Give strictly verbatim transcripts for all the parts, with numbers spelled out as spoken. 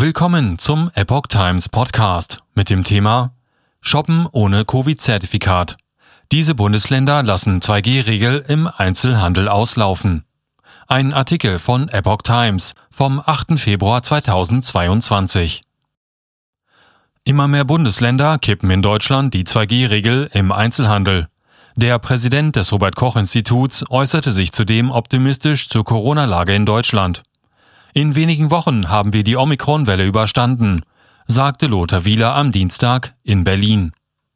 Willkommen zum Epoch Times Podcast mit dem Thema Shoppen ohne Covid-Zertifikat. Diese Bundesländer lassen zwei G Regel im Einzelhandel auslaufen. Ein Artikel von Epoch Times vom achten Februar zweitausendzweiundzwanzig. Immer mehr Bundesländer kippen in Deutschland die zwei G Regel im Einzelhandel. Der Präsident des Robert-Koch-Instituts äußerte sich zudem optimistisch zur Corona-Lage in Deutschland. In wenigen Wochen haben wir die Omikron-Welle überstanden, sagte Lothar Wieler am Dienstag in Berlin.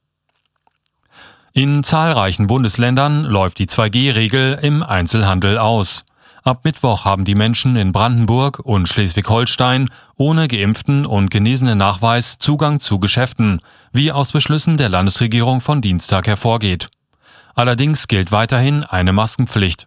In zahlreichen Bundesländern läuft die zwei G Regel im Einzelhandel aus. Ab Mittwoch haben die Menschen in Brandenburg und Schleswig-Holstein ohne geimpften und genesenen Nachweis Zugang zu Geschäften, wie aus Beschlüssen der Landesregierung von Dienstag hervorgeht. Allerdings gilt weiterhin eine Maskenpflicht.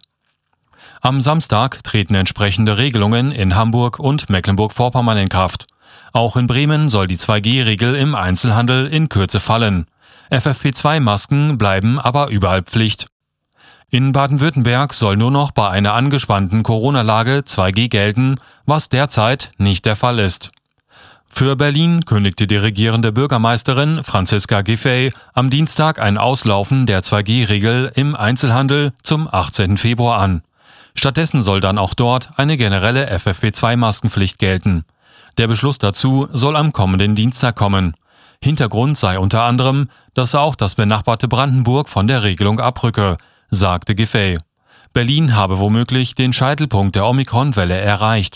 Am Samstag treten entsprechende Regelungen in Hamburg und Mecklenburg-Vorpommern in Kraft. Auch in Bremen soll die zwei G Regel im Einzelhandel in Kürze fallen. F F P zwei Masken bleiben aber überall Pflicht. In Baden-Württemberg soll nur noch bei einer angespannten Corona-Lage zwei G gelten, was derzeit nicht der Fall ist. Für Berlin kündigte die regierende Bürgermeisterin Franziska Giffey am Dienstag ein Auslaufen der zwei G Regel im Einzelhandel zum achtzehnten Februar an. Stattdessen soll dann auch dort eine generelle F F P zwei Maskenpflicht gelten. Der Beschluss dazu soll am kommenden Dienstag kommen. Hintergrund sei unter anderem, dass auch das benachbarte Brandenburg von der Regelung abrücke, sagte Giffey. Berlin habe womöglich den Scheitelpunkt der Omikron-Welle erreicht.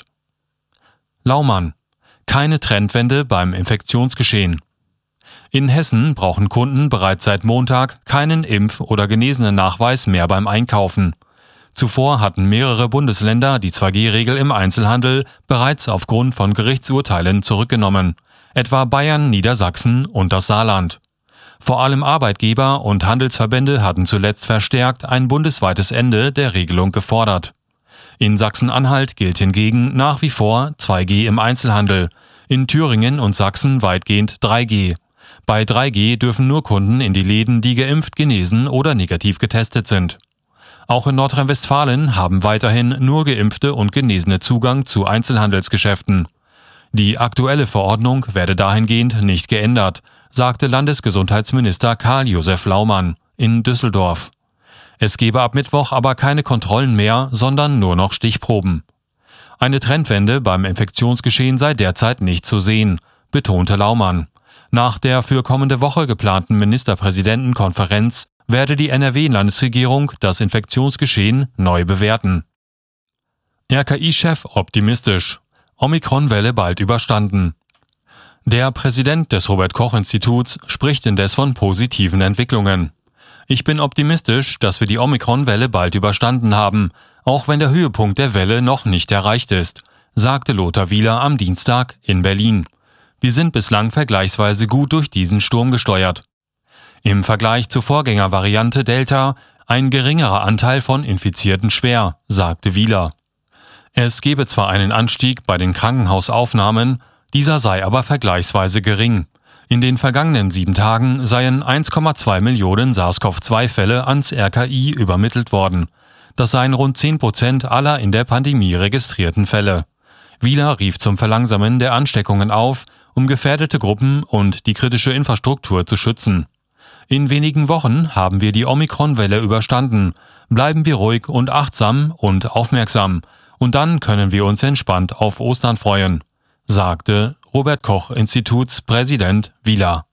Laumann: Keine Trendwende beim Infektionsgeschehen. In Hessen brauchen Kunden bereits seit Montag keinen Impf- oder Genesenen-Nachweis mehr beim Einkaufen. Zuvor hatten mehrere Bundesländer die zwei G Regel im Einzelhandel bereits aufgrund von Gerichtsurteilen zurückgenommen, etwa Bayern, Niedersachsen und das Saarland. Vor allem Arbeitgeber und Handelsverbände hatten zuletzt verstärkt ein bundesweites Ende der Regelung gefordert. In Sachsen-Anhalt gilt hingegen nach wie vor zwei G im Einzelhandel, in Thüringen und Sachsen weitgehend drei G. Bei drei G dürfen nur Kunden in die Läden, die geimpft, genesen oder negativ getestet sind. Auch in Nordrhein-Westfalen haben weiterhin nur Geimpfte und Genesene Zugang zu Einzelhandelsgeschäften. Die aktuelle Verordnung werde dahingehend nicht geändert, sagte Landesgesundheitsminister Karl-Josef Laumann in Düsseldorf. Es gebe ab Mittwoch aber keine Kontrollen mehr, sondern nur noch Stichproben. Eine Trendwende beim Infektionsgeschehen sei derzeit nicht zu sehen, betonte Laumann. Nach der für kommende Woche geplanten Ministerpräsidentenkonferenz werde die N R W-Landesregierung das Infektionsgeschehen neu bewerten. R K I-Chef optimistisch: Omikron-Welle bald überstanden. Der Präsident des Robert-Koch-Instituts spricht indes von positiven Entwicklungen. Ich bin optimistisch, dass wir die Omikron-Welle bald überstanden haben, auch wenn der Höhepunkt der Welle noch nicht erreicht ist, sagte Lothar Wieler am Dienstag in Berlin. Wir sind bislang vergleichsweise gut durch diesen Sturm gesteuert. Im Vergleich zur Vorgängervariante Delta ein geringerer Anteil von Infizierten schwer, sagte Wieler. Es gebe zwar einen Anstieg bei den Krankenhausaufnahmen, dieser sei aber vergleichsweise gering. In den vergangenen sieben Tagen seien eins Komma zwei Millionen SARS-CoV zwei Fälle ans R K I übermittelt worden. Das seien rund zehn Prozent aller in der Pandemie registrierten Fälle. Wieler rief zum Verlangsamen der Ansteckungen auf, um gefährdete Gruppen und die kritische Infrastruktur zu schützen. In wenigen Wochen haben wir die Omikron-Welle überstanden. Bleiben wir ruhig und achtsam und aufmerksam. Und dann können wir uns entspannt auf Ostern freuen, sagte Robert-Koch-Instituts-Präsident Wieler.